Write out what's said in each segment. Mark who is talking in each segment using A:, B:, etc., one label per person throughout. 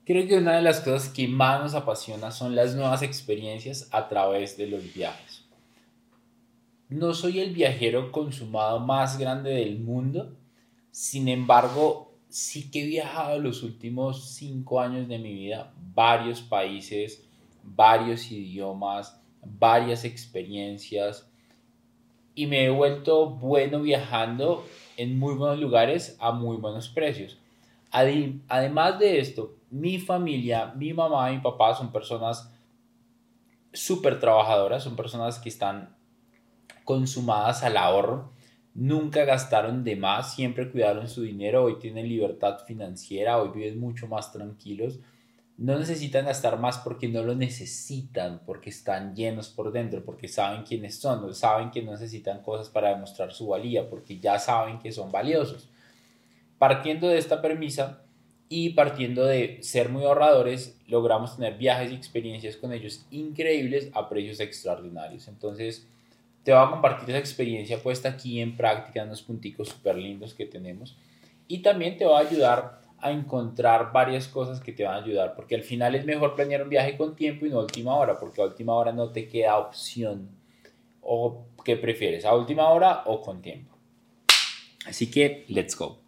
A: Creo que una de las cosas que más nos apasiona son las nuevas experiencias a través de los viajes. No soy el viajero consumado más grande del mundo, sin embargo, sí que he viajado los últimos 5 años de mi vida, varios países, varios idiomas, varias experiencias y me he vuelto bueno viajando en muy buenos lugares a muy buenos precios. Además de esto, mi familia, mi mamá y mi papá son personas súper trabajadoras, son personas que están consumadas al ahorro, nunca gastaron de más, siempre cuidaron su dinero, hoy tienen libertad financiera, hoy viven mucho más tranquilos, no necesitan gastar más porque no lo necesitan, porque están llenos por dentro, porque saben quiénes son, saben que no necesitan cosas para demostrar su valía, porque ya saben que son valiosos. Partiendo de esta premisa y partiendo de ser muy ahorradores, logramos tener viajes y experiencias con ellos increíbles a precios extraordinarios. Entonces, te voy a compartir esa experiencia puesta aquí en práctica, en unos punticos súper lindos que tenemos. Y también te va a ayudar a encontrar varias cosas que te van a ayudar, porque al final es mejor planear un viaje con tiempo y no a última hora, porque a última hora no te queda opción. ¿O qué prefieres, a última hora o con tiempo? Así que, let's go.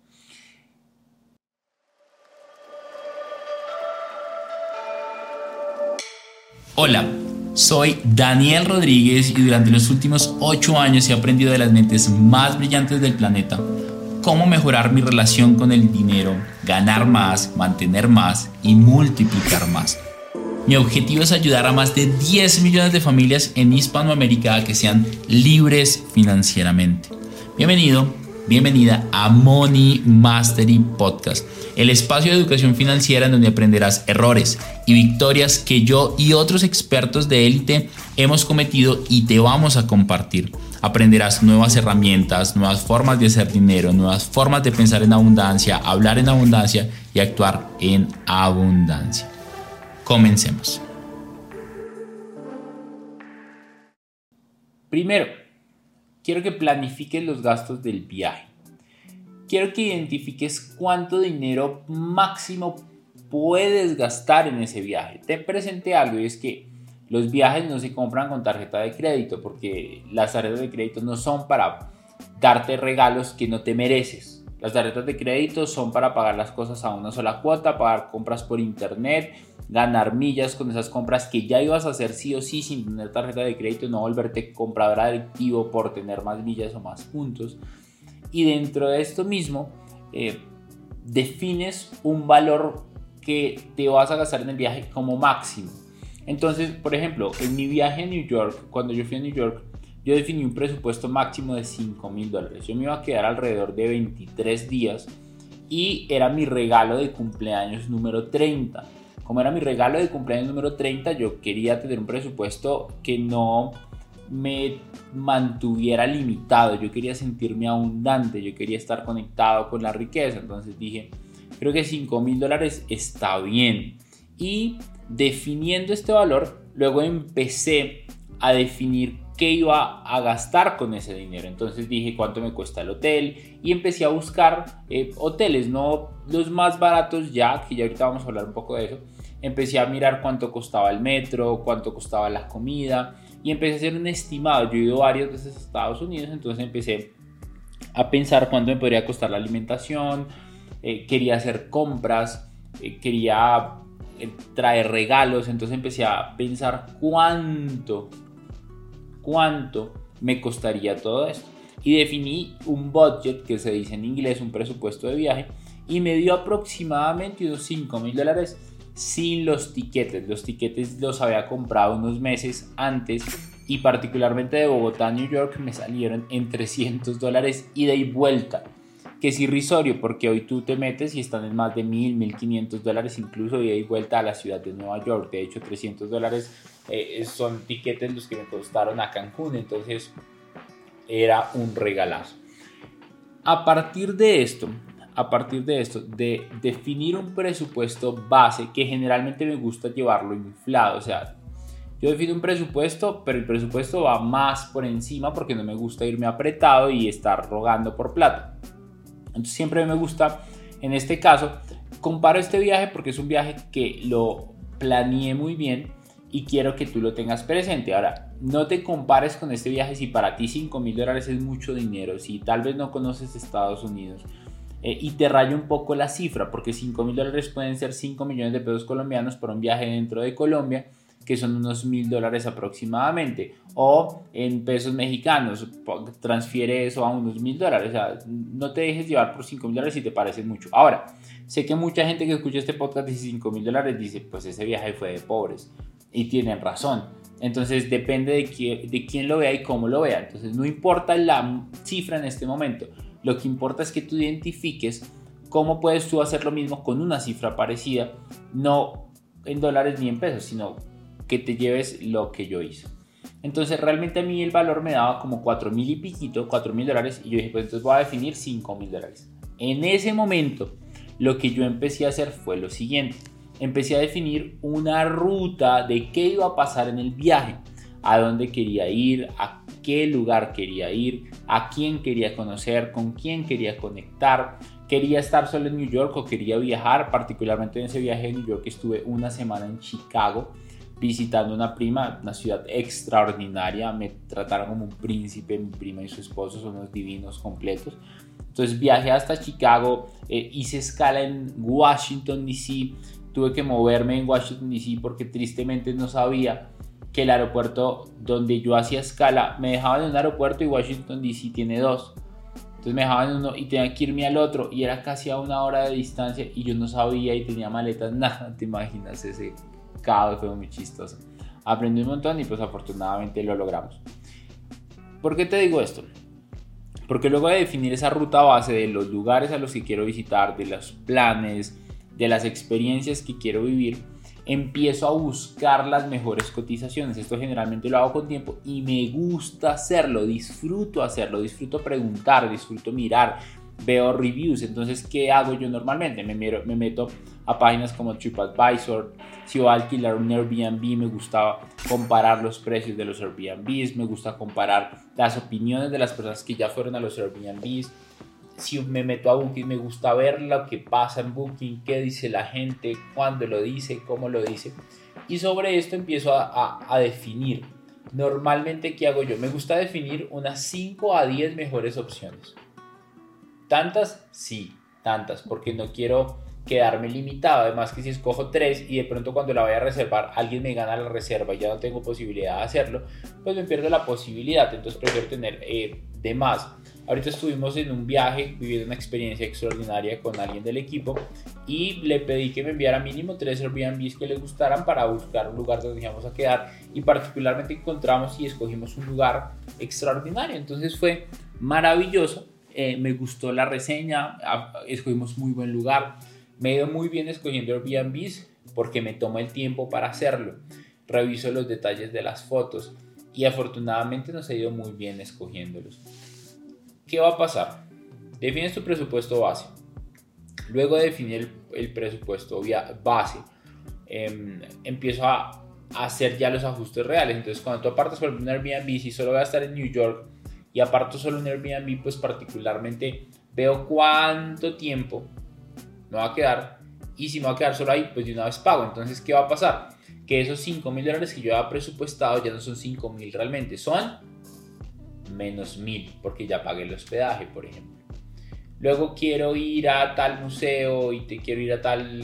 A: Hola, soy Daniel Rodríguez y durante los últimos 8 años he aprendido de las mentes más brillantes del planeta cómo mejorar mi relación con el dinero, ganar más, mantener más y multiplicar más. Mi objetivo es ayudar a más de 10 millones de familias en Hispanoamérica a que sean libres financieramente. Bienvenida a Money Mastery Podcast, el espacio de educación financiera en donde aprenderás errores y victorias que yo y otros expertos de élite hemos cometido y te vamos a compartir. Aprenderás nuevas herramientas, nuevas formas de hacer dinero, nuevas formas de pensar en abundancia, hablar en abundancia y actuar en abundancia. Comencemos. Primero, quiero que planifiques los gastos del viaje. Quiero que identifiques cuánto dinero máximo puedes gastar en ese viaje. Te presenté algo y es que los viajes no se compran con tarjeta de crédito porque las tarjetas de crédito no son para darte regalos que no te mereces. Las tarjetas de crédito son para pagar las cosas a una sola cuota, pagar compras por internet, ganar millas con esas compras que ya ibas a hacer sí o sí sin tener tarjeta de crédito, no volverte comprador adictivo por tener más millas o más puntos. Y dentro de esto mismo, defines un valor que te vas a gastar en el viaje como máximo. Entonces, por ejemplo, en mi viaje a New York, cuando yo fui a New York, yo definí un presupuesto máximo de $5,000. Yo me iba a quedar alrededor de 23 días y era mi regalo de cumpleaños número 30. Como era mi regalo de cumpleaños número 30, yo quería tener un presupuesto que no me mantuviera limitado. Yo quería sentirme abundante, yo quería estar conectado con la riqueza. Entonces dije, creo que $5,000 está bien. Y definiendo este valor, luego empecé a definir qué iba a gastar con ese dinero. Entonces dije cuánto me cuesta el hotel y empecé a buscar hoteles, no los más baratos ya, que ya ahorita vamos a hablar un poco de eso. Empecé a mirar cuánto costaba el metro, cuánto costaba la comida y empecé a hacer un estimado. Yo he ido varias veces a Estados Unidos, entonces empecé a pensar cuánto me podría costar la alimentación, quería hacer compras, quería traer regalos, entonces empecé a pensar cuánto me costaría todo esto y definí un budget, que se dice en inglés un presupuesto de viaje, y me dio aproximadamente unos $5,000 sin los tiquetes. Los tiquetes los había comprado unos meses antes y particularmente de Bogotá a New York me salieron en $300 ida y vuelta, que es irrisorio porque hoy tú te metes y están en más de $1,000-1,500 incluso ida y vuelta a la ciudad de Nueva York. De hecho, $300 son tiquetes los que me costaron a Cancún, entonces era un regalazo. A partir de esto, de definir un presupuesto base, que generalmente me gusta llevarlo inflado, o sea, yo defino un presupuesto, pero el presupuesto va más por encima porque no me gusta irme apretado y estar rogando por plata. Entonces siempre me gusta, en este caso, comparo este viaje porque es un viaje que lo planeé muy bien y quiero que tú lo tengas presente. Ahora, no te compares con este viaje si para ti $5,000 es mucho dinero, si tal vez no conoces Estados Unidos y te raya un poco la cifra, porque $5,000 pueden ser 5 millones de pesos colombianos para un viaje dentro de Colombia, que son unos $1,000 aproximadamente, o en pesos mexicanos, transfiere eso a unos $1,000. O sea, no te dejes llevar por $5,000 si te parece mucho. Ahora, sé que mucha gente que escucha este podcast dice $5,000, dice, pues ese viaje fue de pobres, y tienen razón. Entonces depende de quién lo vea y cómo lo vea. Entonces no importa la cifra en este momento, lo que importa es que tú identifiques cómo puedes tú hacer lo mismo con una cifra parecida, no en dólares ni en pesos, sino que te lleves lo que yo hice. Entonces realmente a mí el valor me daba como 4,000 y piquito, $4,000, y yo dije, pues entonces voy a definir $5,000. En ese momento lo que yo empecé a hacer fue lo siguiente: empecé a definir una ruta de qué iba a pasar en el viaje, a dónde quería ir, a qué lugar quería ir, a quién quería conocer, con quién quería conectar, quería estar solo en New York o quería viajar. Particularmente en ese viaje de New York estuve una semana en Chicago visitando una prima, una ciudad extraordinaria. Me trataron como un príncipe, mi prima y su esposo son unos divinos completos. Entonces viajé hasta Chicago, hice escala en Washington DC. Tuve que moverme en Washington DC porque tristemente no sabía que el aeropuerto donde yo hacía escala, me dejaban en un aeropuerto y Washington DC tiene dos. Entonces me dejaban en uno y tenía que irme al otro y era casi a 1 hora de distancia y yo no sabía y tenía maletas. Nada, te imaginas, ese caos fue muy chistoso. Aprendí un montón y pues afortunadamente lo logramos. ¿Por qué te digo esto? Porque luego de definir esa ruta base de los lugares a los que quiero visitar, de los planes, de las experiencias que quiero vivir, empiezo a buscar las mejores cotizaciones. Esto generalmente lo hago con tiempo y me gusta hacerlo, disfruto preguntar, disfruto mirar, veo reviews. Entonces, ¿qué hago yo normalmente? Me meto a páginas como TripAdvisor. Si voy a alquilar un Airbnb, me gusta comparar los precios de los Airbnbs, me gusta comparar las opiniones de las personas que ya fueron a los Airbnbs. Si me meto a Booking, me gusta ver lo que pasa en Booking, qué dice la gente, cuándo lo dice, cómo lo dice. Y sobre esto empiezo a definir. Normalmente, ¿qué hago yo? Me gusta definir unas 5 a 10 mejores opciones. ¿Tantas? Sí, tantas, porque no quiero quedarme limitado. Además que si escojo 3 y de pronto cuando la vaya a reservar alguien me gana la reserva y ya no tengo posibilidad de hacerlo, pues me pierdo la posibilidad. Entonces prefiero tener de más. Ahorita estuvimos en un viaje viviendo una experiencia extraordinaria con alguien del equipo y le pedí que me enviara mínimo 3 Airbnbs que le gustaran para buscar un lugar donde íbamos a quedar, y particularmente encontramos y escogimos un lugar extraordinario. Entonces fue maravilloso. Me gustó la reseña, escogimos muy buen lugar. Me he ido muy bien escogiendo Airbnbs porque me tomo el tiempo para hacerlo. Reviso los detalles de las fotos y afortunadamente nos ha ido muy bien escogiéndolos. ¿Qué va a pasar? Defines tu presupuesto base. Luego de definir el presupuesto base, empiezo a hacer ya los ajustes reales. Entonces, cuando tú apartas por un Airbnb, si solo voy a estar en New York y aparto solo un Airbnb, pues particularmente veo cuánto tiempo me va a quedar, y si me va a quedar solo ahí, pues de una vez pago. Entonces, ¿qué va a pasar? Que esos $5,000 que yo había presupuestado ya no son 5,000 realmente, son menos 1,000 porque ya pagué el hospedaje, por ejemplo. Luego quiero ir a tal museo y quiero ir a tal,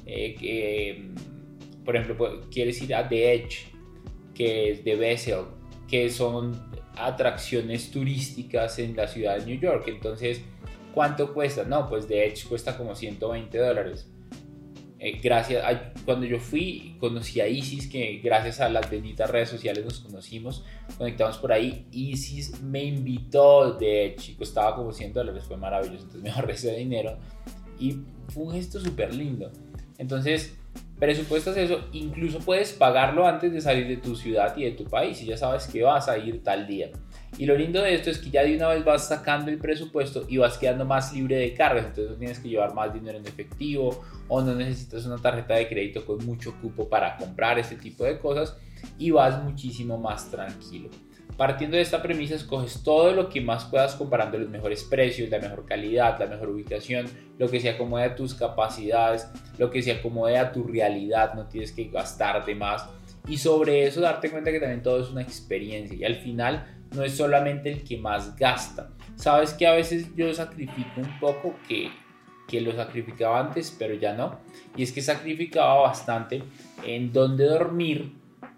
A: por ejemplo, quieres ir a The Edge, que es de Bessel, que son atracciones turísticas en la ciudad de New York. Entonces, ¿cuánto cuesta? No, pues The Edge cuesta como $120. Cuando yo fui, conocí a Isis, que gracias a las benditas redes sociales nos conocimos, conectamos por ahí. Isis me invitó, de hecho, costaba como $100, fue maravilloso. Entonces me ahorré ese dinero y fue un gesto súper lindo. Entonces, presupuestas eso, incluso puedes pagarlo antes de salir de tu ciudad y de tu país, y ya sabes que vas a ir tal día. Y lo lindo de esto es que ya de una vez vas sacando el presupuesto y vas quedando más libre de cargas. Entonces no tienes que llevar más dinero en efectivo o no necesitas una tarjeta de crédito con mucho cupo para comprar este tipo de cosas, y vas muchísimo más tranquilo. Partiendo de esta premisa, escoges todo lo que más puedas comparando los mejores precios, la mejor calidad, la mejor ubicación, lo que se acomode a tus capacidades, lo que se acomode a tu realidad, no tienes que gastar de más. Y sobre eso darte cuenta que también todo es una experiencia y al final no es solamente el que más gasta. Sabes que a veces yo sacrifico un poco, que lo sacrificaba antes, pero ya no. Y es que sacrificaba bastante en dónde dormir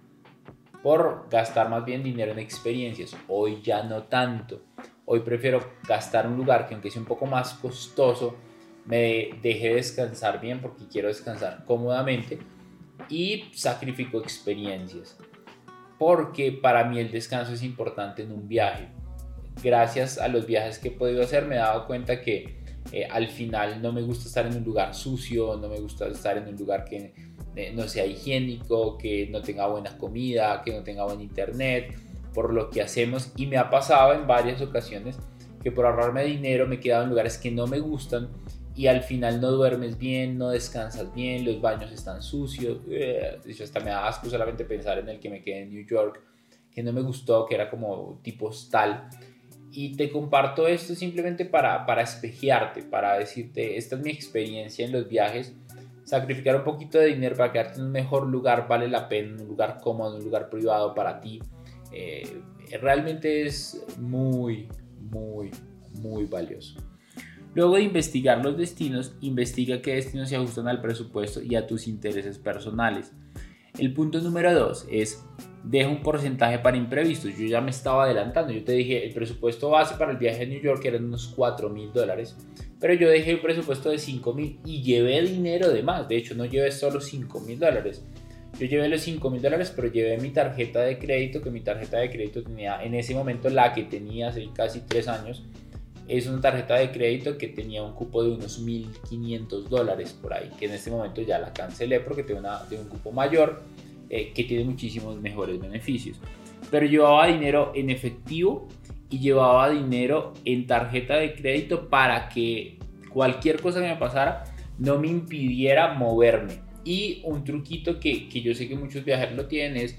A: por gastar más bien dinero en experiencias. Hoy ya no tanto. Hoy prefiero gastar en un lugar que aunque sea un poco más costoso, me deje descansar bien porque quiero descansar cómodamente y sacrifico experiencias. Porque para mí el descanso es importante en un viaje. Gracias a los viajes que he podido hacer me he dado cuenta que al final no me gusta estar en un lugar sucio, no me gusta estar en un lugar que no sea higiénico, que no tenga buena comida, que no tenga buen internet, por lo que hacemos. Y me ha pasado en varias ocasiones que por ahorrarme dinero me he quedado en lugares que no me gustan y al final no duermes bien, no descansas bien, los baños están sucios. De hecho, hasta me da asco solamente pensar en el que me quedé en New York, que no me gustó, que era como tipo hostal. Y te comparto esto simplemente para espejearte, para decirte, esta es mi experiencia en los viajes. Sacrificar un poquito de dinero para quedarte en un mejor lugar vale la pena, un lugar cómodo, un lugar privado para ti. Realmente es muy, muy, muy valioso. Luego de investigar los destinos, investiga qué destinos se ajustan al presupuesto y a tus intereses personales. El punto número 2 es: deja un porcentaje para imprevistos. Yo ya me estaba adelantando. Yo te dije, el presupuesto base para el viaje a New York eran unos $4,000, pero yo dejé un presupuesto de $5,000 y llevé dinero de más. De hecho, no llevé solo $5,000. Yo llevé los $5,000, pero llevé mi tarjeta de crédito, que mi tarjeta de crédito tenía en ese momento, la que tenía hace casi 3 años, es una tarjeta de crédito que tenía un cupo de unos $1,500 por ahí, que en este momento ya la cancelé porque tengo un cupo mayor, que tiene muchísimos mejores beneficios. Pero llevaba dinero en efectivo y llevaba dinero en tarjeta de crédito para que cualquier cosa que me pasara no me impidiera moverme. Y un truquito que yo sé que muchos viajeros lo tienen es: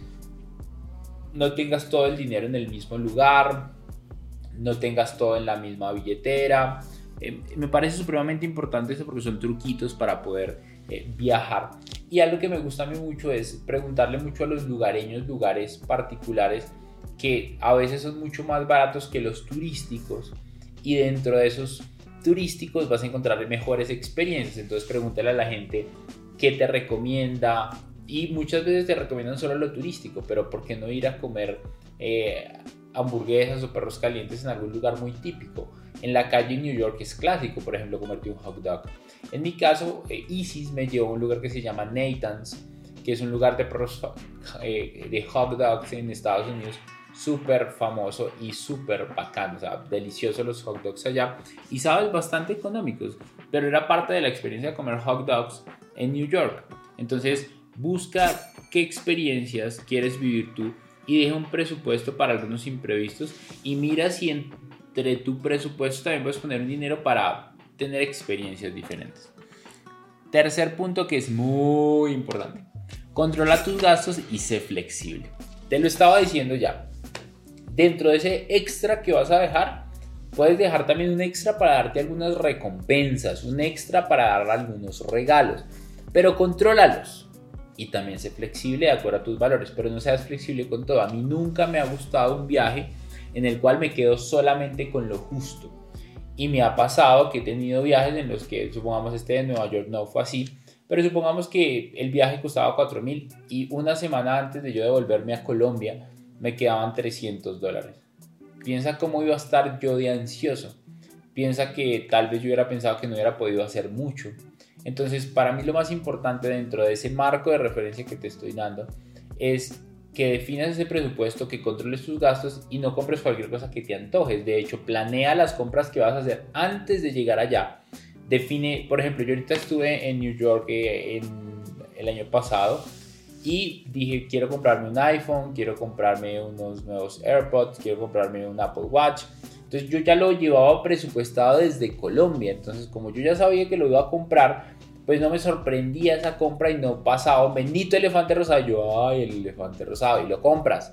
A: no tengas todo el dinero en el mismo lugar, no tengas todo en la misma billetera. Me parece supremamente importante eso porque son truquitos para poder viajar. Y algo que me gusta a mí mucho es preguntarle mucho a los lugareños, lugares particulares que a veces son mucho más baratos que los turísticos, y dentro de esos turísticos vas a encontrar mejores experiencias. Entonces pregúntale a la gente qué te recomienda, y muchas veces te recomiendan solo lo turístico, pero ¿por qué no ir a comer hamburguesas o perros calientes en algún lugar muy típico? En la calle en New York es clásico, por ejemplo, comerte un hot dog. En mi caso, Isis me llevó a un lugar que se llama Nathan's, que es un lugar de hot dogs en Estados Unidos, súper famoso y súper bacano. O sea, deliciosos los hot dogs allá y, sabes, bastante económicos, pero era parte de la experiencia de comer hot dogs en New York. Entonces, busca qué experiencias quieres vivir tú y deja un presupuesto para algunos imprevistos, y mira si entre tu presupuesto también puedes poner un dinero para tener experiencias diferentes. Tercer punto, que es muy importante: controla tus gastos y sé flexible. Te lo estaba diciendo ya. Dentro de ese extra que vas a dejar, puedes dejar también un extra para darte algunas recompensas, un extra para dar algunos regalos, pero contrólalos. Y también sé flexible de acuerdo a tus valores, pero no seas flexible con todo. A mí nunca me ha gustado un viaje en el cual me quedo solamente con lo justo. Y me ha pasado que he tenido viajes en los que, supongamos este de Nueva York no fue así, pero supongamos que el viaje costaba $4,000 y una semana antes de yo devolverme a Colombia me quedaban $300. Piensa cómo iba a estar yo de ansioso. Piensa que tal vez yo hubiera pensado que no hubiera podido hacer mucho. Entonces, para mí lo más importante dentro de ese marco de referencia que te estoy dando es que definas ese presupuesto, que controles tus gastos y no compres cualquier cosa que te antojes. De hecho, planea las compras que vas a hacer antes de llegar allá. Define, por ejemplo, yo ahorita estuve en New York el año pasado y dije, quiero comprarme un iPhone, quiero comprarme unos nuevos AirPods, quiero comprarme un Apple Watch. Entonces yo ya lo llevaba presupuestado desde Colombia. Entonces, como yo ya sabía que lo iba a comprar, pues no me sorprendía esa compra y no pasaba un bendito elefante rosado. Yo, ay, el elefante rosado, y lo compras.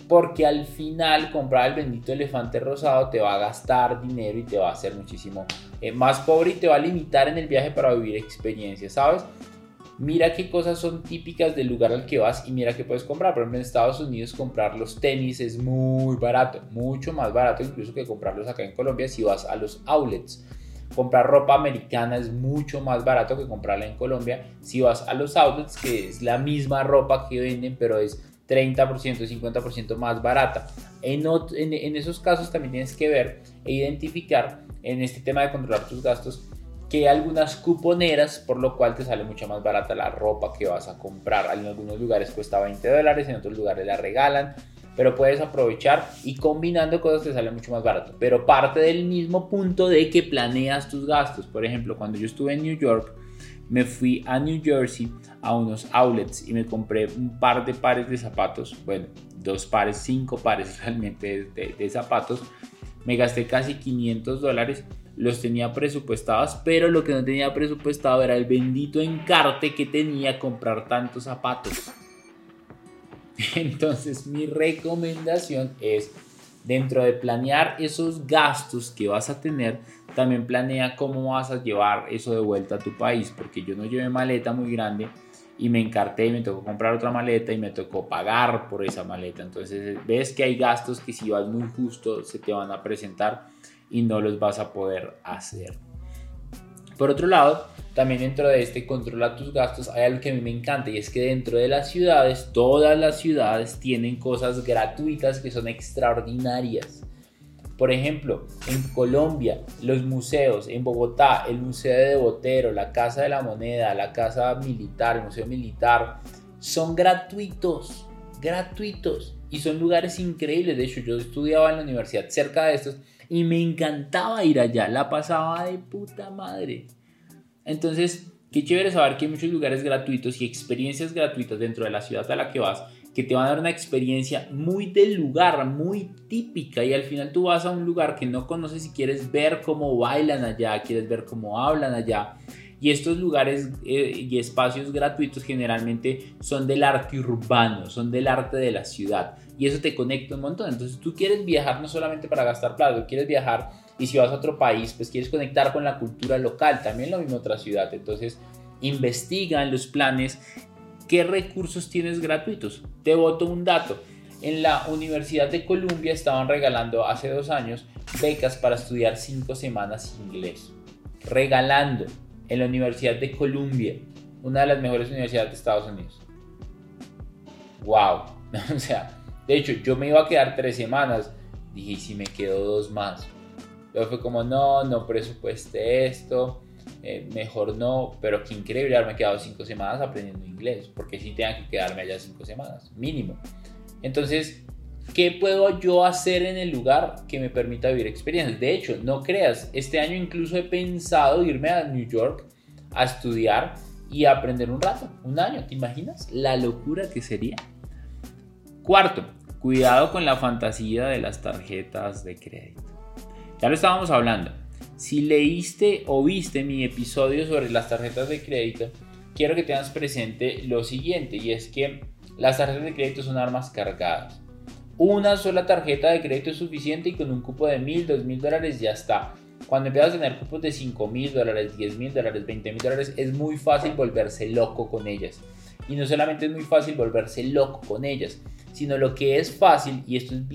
A: porque al final comprar el bendito elefante rosado te va a gastar dinero y te va a hacer muchísimo más pobre y te va a limitar en el viaje para vivir experiencias, ¿sabes? Mira qué cosas son típicas del lugar al que vas y mira qué puedes comprar. Por ejemplo, en Estados Unidos comprar los tenis es muy barato, mucho más barato incluso que comprarlos acá en Colombia si vas a los outlets. Comprar ropa americana es mucho más barato que comprarla en Colombia si vas a los outlets, que es la misma ropa que venden, pero es 30%, 50% más barata. En esos casos también tienes que ver e identificar en este tema de controlar tus gastos que hay algunas cuponeras, por lo cual te sale mucho más barata la ropa que vas a comprar. En algunos lugares cuesta $20, en otros lugares la regalan, pero puedes aprovechar y combinando cosas te sale mucho más barato. Pero parte del mismo punto de que planeas tus gastos. Por ejemplo, cuando yo estuve en New York, me fui a New Jersey a unos outlets y me compré un par de pares de zapatos, bueno, 2 pares, 5 pares realmente de zapatos. Me gasté casi $500, los tenía presupuestados, pero lo que no tenía presupuestado era el bendito encarte que tenía comprar tantos zapatos. Entonces mi recomendación es, dentro de planear esos gastos que vas a tener, también planea cómo vas a llevar eso de vuelta a tu país, porque yo no llevé maleta muy grande y me encarté y me tocó comprar otra maleta y me tocó pagar por esa maleta. Entonces ves que hay gastos que si vas muy justo se te van a presentar y no los vas a poder hacer. Por otro lado, también dentro de este controla tus gastos hay algo que a mí me encanta, y es que dentro de las ciudades, todas las ciudades tienen cosas gratuitas que son extraordinarias. Por ejemplo, en Colombia, los museos, en Bogotá, el Museo de Botero, la Casa de la Moneda, la Casa Militar, el Museo Militar, son gratuitos y son lugares increíbles. De hecho, yo estudiaba en la universidad cerca de estos y me encantaba ir allá, la pasaba de puta madre. Entonces, qué chévere saber que hay muchos lugares gratuitos y experiencias gratuitas dentro de la ciudad a la que vas, que te van a dar una experiencia muy del lugar, muy típica, y al final tú vas a un lugar que no conoces y quieres ver cómo bailan allá, quieres ver cómo hablan allá. Y estos lugares y espacios gratuitos generalmente son del arte urbano, son del arte de la ciudad, y eso te conecta un montón. Entonces tú quieres viajar no solamente para gastar plata, tú quieres viajar y si vas a otro país, pues quieres conectar con la cultura local, también lo mismo otra ciudad. Entonces investiga en los planes qué recursos tienes gratuitos. Te boto un dato. En la Universidad de Columbia estaban regalando hace 2 años becas para estudiar 5 semanas inglés. Regalando en la Universidad de Columbia, una de las mejores universidades de Estados Unidos. ¡Wow! O sea, de hecho, yo me iba a quedar 3 semanas. Dije, ¿y si me quedo 2 más? Luego fue como, no presupuesté esto. Mejor no, pero qué increíble haberme quedado 5 semanas aprendiendo inglés, porque sí tengo que quedarme allá 5 semanas, mínimo. Entonces, ¿qué puedo yo hacer en el lugar que me permita vivir experiencias? De hecho, no creas, este año incluso he pensado irme a New York a estudiar y a aprender un rato, un año, ¿te imaginas? La locura que sería. Cuarto, cuidado con la fantasía de las tarjetas de crédito. Ya lo estábamos hablando. Si leíste o viste mi episodio sobre las tarjetas de crédito, quiero que tengas presente lo siguiente, y es que las tarjetas de crédito son armas cargadas. Una sola tarjeta de crédito es suficiente y con un cupo de $1,000, $2,000 ya está. Cuando empiezas a tener cupos de $5,000, $10,000, $20,000, es muy fácil volverse loco con ellas. Y no solamente es muy fácil volverse loco con ellas, sino lo que es fácil, y esto es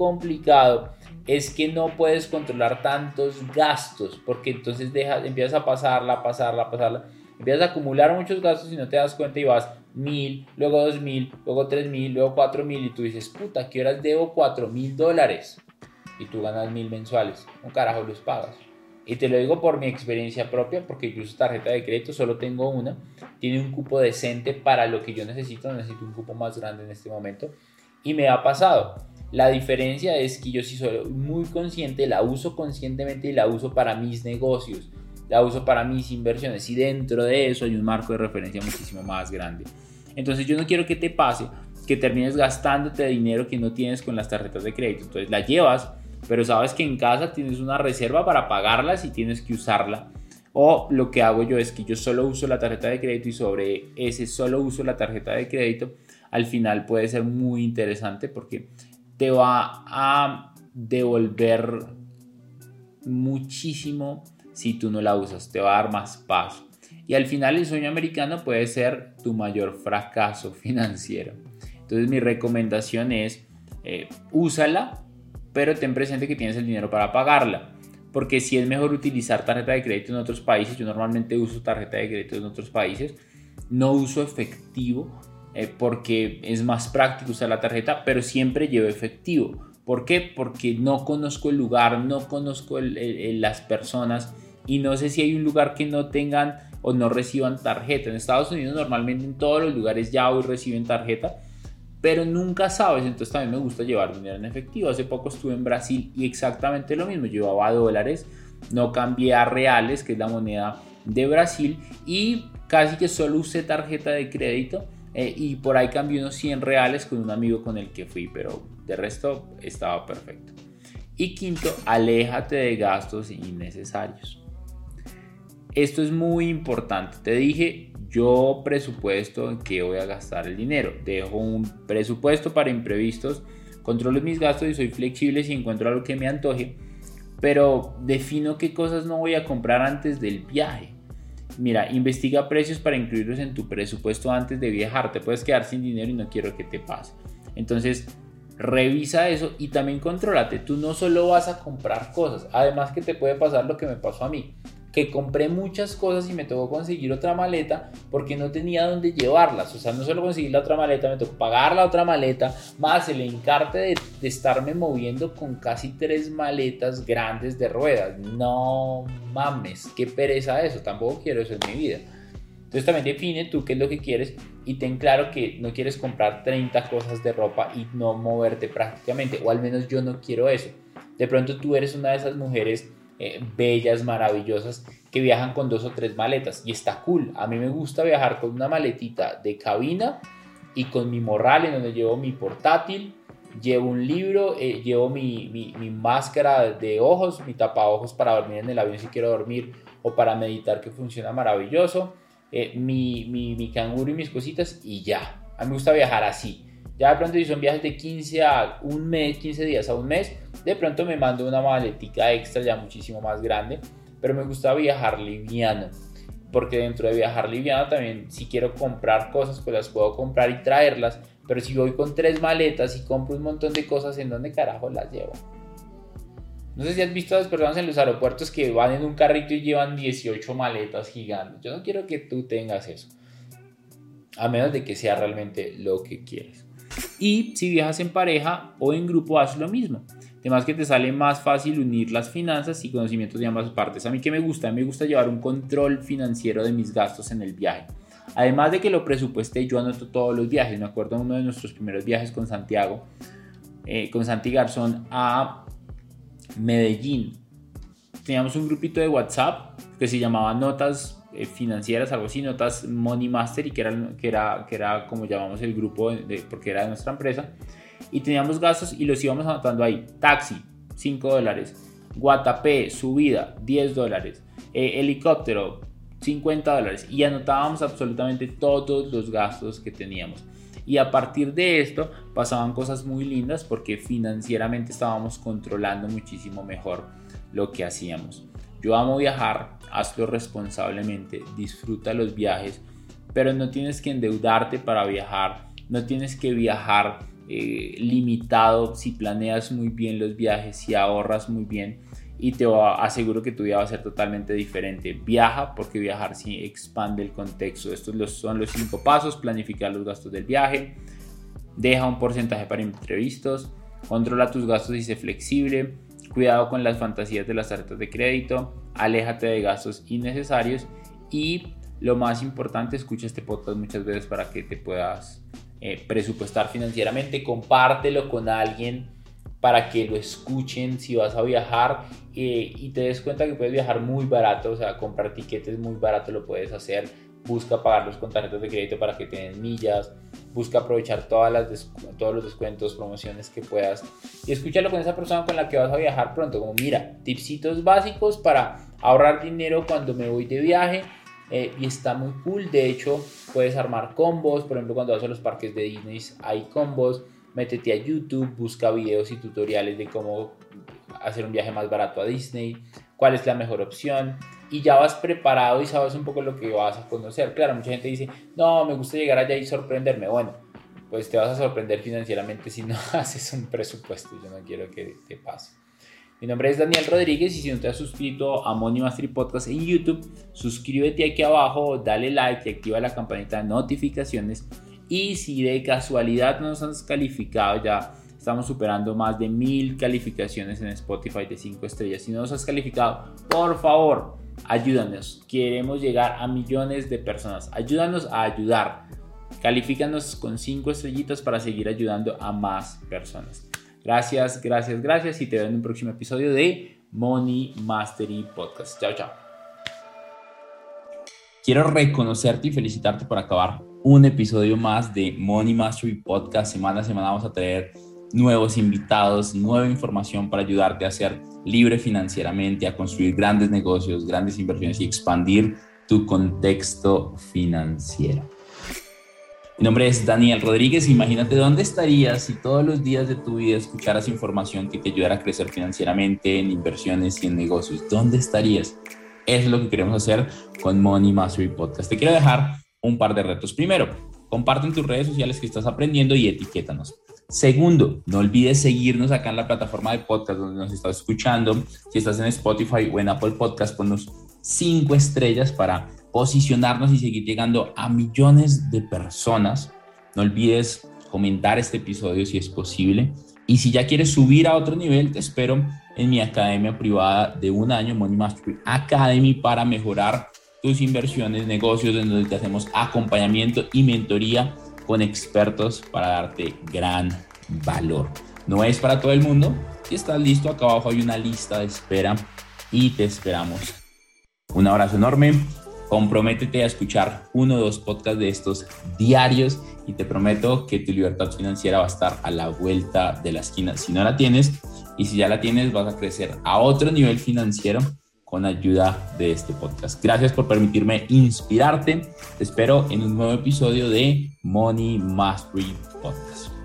A: bien complicado, es que no puedes controlar tantos gastos, porque entonces empiezas a pasarla, empiezas a acumular muchos gastos y no te das cuenta y vas 1,000, luego 2,000, luego 3,000, luego 4,000 y tú dices, puta, ¿qué horas debo $4,000? Y tú ganas 1,000 mensuales, un carajo los pagas. Y te lo digo por mi experiencia propia, porque yo uso tarjeta de crédito, solo tengo una, tiene un cupo decente para lo que yo necesito un cupo más grande en este momento y me ha pasado. La diferencia es que yo sí soy muy consciente, la uso conscientemente y la uso para mis negocios, la uso para mis inversiones, y dentro de eso hay un marco de referencia muchísimo más grande. Entonces yo no quiero que te pase que termines gastándote dinero que no tienes con las tarjetas de crédito. Entonces la llevas, pero sabes que en casa tienes una reserva para pagarlas y tienes que usarla. O lo que hago yo es que yo solo uso la tarjeta de crédito, y sobre ese solo uso la tarjeta de crédito al final puede ser muy interesante, porque te va a devolver muchísimo si tú no la usas, te va a dar más paz. Y al final el sueño americano puede ser tu mayor fracaso financiero. Entonces mi recomendación es úsala, pero ten presente que tienes el dinero para pagarla. Porque si es mejor utilizar tarjeta de crédito en otros países, yo normalmente uso tarjeta de crédito en otros países, no uso efectivo porque es más práctico usar la tarjeta, pero siempre llevo efectivo. ¿Por qué? Porque no conozco el lugar, no conozco las personas y no sé si hay un lugar que no tengan o no reciban tarjeta. En Estados Unidos normalmente en todos los lugares ya hoy reciben tarjeta, pero nunca sabes, entonces también me gusta llevar dinero en efectivo. Hace poco estuve en Brasil y exactamente lo mismo, llevaba dólares, no cambié a reales, que es la moneda de Brasil, y casi que solo usé tarjeta de crédito y por ahí cambié unos 100 reales con un amigo con el que fui, pero de resto estaba perfecto. Y quinto, aléjate de gastos innecesarios. Esto es muy importante. Te dije, yo presupuesto en qué voy a gastar el dinero. Dejo un presupuesto para imprevistos, controlo mis gastos y soy flexible si encuentro algo que me antoje, pero defino qué cosas no voy a comprar antes del viaje. Mira, investiga precios para incluirlos en tu presupuesto antes de viajar. Te puedes quedar sin dinero y no quiero que te pase. Entonces, revisa eso y también contrólate. Tú no solo vas a comprar cosas, además que te puede pasar lo que me pasó a mí, que compré muchas cosas y me tocó conseguir otra maleta porque no tenía dónde llevarlas. O sea, no solo conseguir la otra maleta, me tocó pagar la otra maleta, más el encarte de estarme moviendo con casi 3 maletas grandes de ruedas. No mames, qué pereza eso, tampoco quiero eso en mi vida. Entonces también define tú qué es lo que quieres y ten claro que no quieres comprar 30 cosas de ropa y no moverte prácticamente, o al menos yo no quiero eso. De pronto tú eres una de esas mujeres bellas, maravillosas, que viajan con 2 o 3 maletas y está cool. A mí me gusta viajar con una maletita de cabina y con mi morral en donde llevo mi portátil, llevo un libro, llevo mi máscara de ojos, mi tapaojos para dormir en el avión si quiero dormir o para meditar, que funciona maravilloso, mi canguro y mis cositas y ya. A mí me gusta viajar así. Ya de pronto si son viajes de 15 a un mes, 15 días a un mes, de pronto me mando una maletica extra ya muchísimo más grande, pero me gusta viajar liviano, porque dentro de viajar liviano también si quiero comprar cosas pues las puedo comprar y traerlas, pero si voy con 3 maletas y compro un montón de cosas, ¿en dónde carajo las llevo? No sé si has visto a las personas en los aeropuertos que van en un carrito y llevan 18 maletas gigantes. Yo no quiero que tú tengas eso, a menos de que sea realmente lo que quieres. Y si viajas en pareja o en grupo, haz lo mismo. Además que te sale más fácil unir las finanzas y conocimientos de ambas partes. A mí, ¿qué me gusta? A mí me gusta llevar un control financiero de mis gastos en el viaje. Además de que lo presupuesté, yo anoto todos los viajes. Me acuerdo de uno de nuestros primeros viajes con Santiago, con Santi Garzón a Medellín. Teníamos un grupito de WhatsApp que se llamaba Notas financieras, algo así, Notas Money Master, y que era como llamamos el grupo porque era de nuestra empresa, y teníamos gastos y los íbamos anotando ahí. Taxi, $5, Guatapé, subida, $10, helicóptero, $50, y anotábamos absolutamente todos los gastos que teníamos. Y a partir de esto pasaban cosas muy lindas porque financieramente estábamos controlando muchísimo mejor lo que hacíamos. Yo amo viajar, hazlo responsablemente, disfruta los viajes, pero no tienes que endeudarte para viajar, no tienes que viajar limitado. Si planeas muy bien los viajes, si ahorras muy bien, y te aseguro que tu vida va a ser totalmente diferente. Viaja, porque viajar sí expande el contexto. Estos son los 5 pasos: planificar los gastos del viaje, deja un porcentaje para imprevistos, controla tus gastos y sé flexible, cuidado con las fantasías de las tarjetas de crédito, aléjate de gastos innecesarios y, lo más importante, escucha este podcast muchas veces para que te puedas presupuestar financieramente. Compártelo con alguien para que lo escuchen si vas a viajar y te des cuenta que puedes viajar muy barato. O sea, comprar tiquetes muy barato lo puedes hacer. Busca pagarlos con tarjetas de crédito para que te den millas. Busca aprovechar todos los descuentos, promociones que puedas. Y escúchalo con esa persona con la que vas a viajar pronto. Como, mira, tipsitos básicos para ahorrar dinero cuando me voy de viaje. Y está muy cool. De hecho, puedes armar combos. Por ejemplo, cuando vas a los parques de Disney hay combos. métete a YouTube, busca videos y tutoriales de cómo hacer un viaje más barato a Disney, cuál es la mejor opción, y ya vas preparado y sabes un poco lo que vas a conocer. Claro, mucha gente dice, no, me gusta llegar allá y sorprenderme. Bueno, pues te vas a sorprender financieramente si no haces un presupuesto. Yo no quiero que te pase. Mi nombre es Daniel Rodríguez y si no te has suscrito a Money Mastery Podcast en YouTube, suscríbete aquí abajo, dale like y activa la campanita de notificaciones. Y si de casualidad no nos has calificado, ya estamos superando más de 1000 calificaciones en Spotify de 5 estrellas. Si no nos has calificado, por favor, ayúdanos. Queremos llegar a millones de personas. Ayúdanos a ayudar. Califícanos con 5 estrellitas para seguir ayudando a más personas. Gracias y te veo en un próximo episodio de Money Mastery Podcast. Chao, chao. Quiero reconocerte y felicitarte por acabar un episodio más de Money Mastery Podcast. Semana a semana vamos a traer nuevos invitados, nueva información para ayudarte a ser libre financieramente, a construir grandes negocios, grandes inversiones y expandir tu contexto financiero. Mi nombre es Daniel Rodríguez. Imagínate dónde estarías si todos los días de tu vida escucharas información que te ayudara a crecer financieramente, en inversiones y en negocios. ¿Dónde estarías? Eso es lo que queremos hacer con Money Mastery Podcast. Te quiero dejar un par de retos. Primero, comparte en tus redes sociales que estás aprendiendo y etiquétanos. Segundo, no olvides seguirnos acá en la plataforma de podcast donde nos estás escuchando. Si estás en Spotify o en Apple Podcast, ponnos 5 estrellas para posicionarnos y seguir llegando a millones de personas. No olvides comentar este episodio si es posible. Y si ya quieres subir a otro nivel, te espero en mi academia privada de 1 año, Money Mastery Academy, para mejorar tus inversiones, negocios, en donde te hacemos acompañamiento y mentoría con expertos para darte gran valor. No es para todo el mundo. Si estás listo, acá abajo hay una lista de espera y te esperamos. Un abrazo enorme. Comprométete a escuchar 1 o 2 podcasts de estos diarios y te prometo que tu libertad financiera va a estar a la vuelta de la esquina. Si no la tienes y si ya la tienes, vas a crecer a otro nivel financiero con ayuda de este podcast. Gracias por permitirme inspirarte. Te espero en un nuevo episodio de Money Mastery Podcast.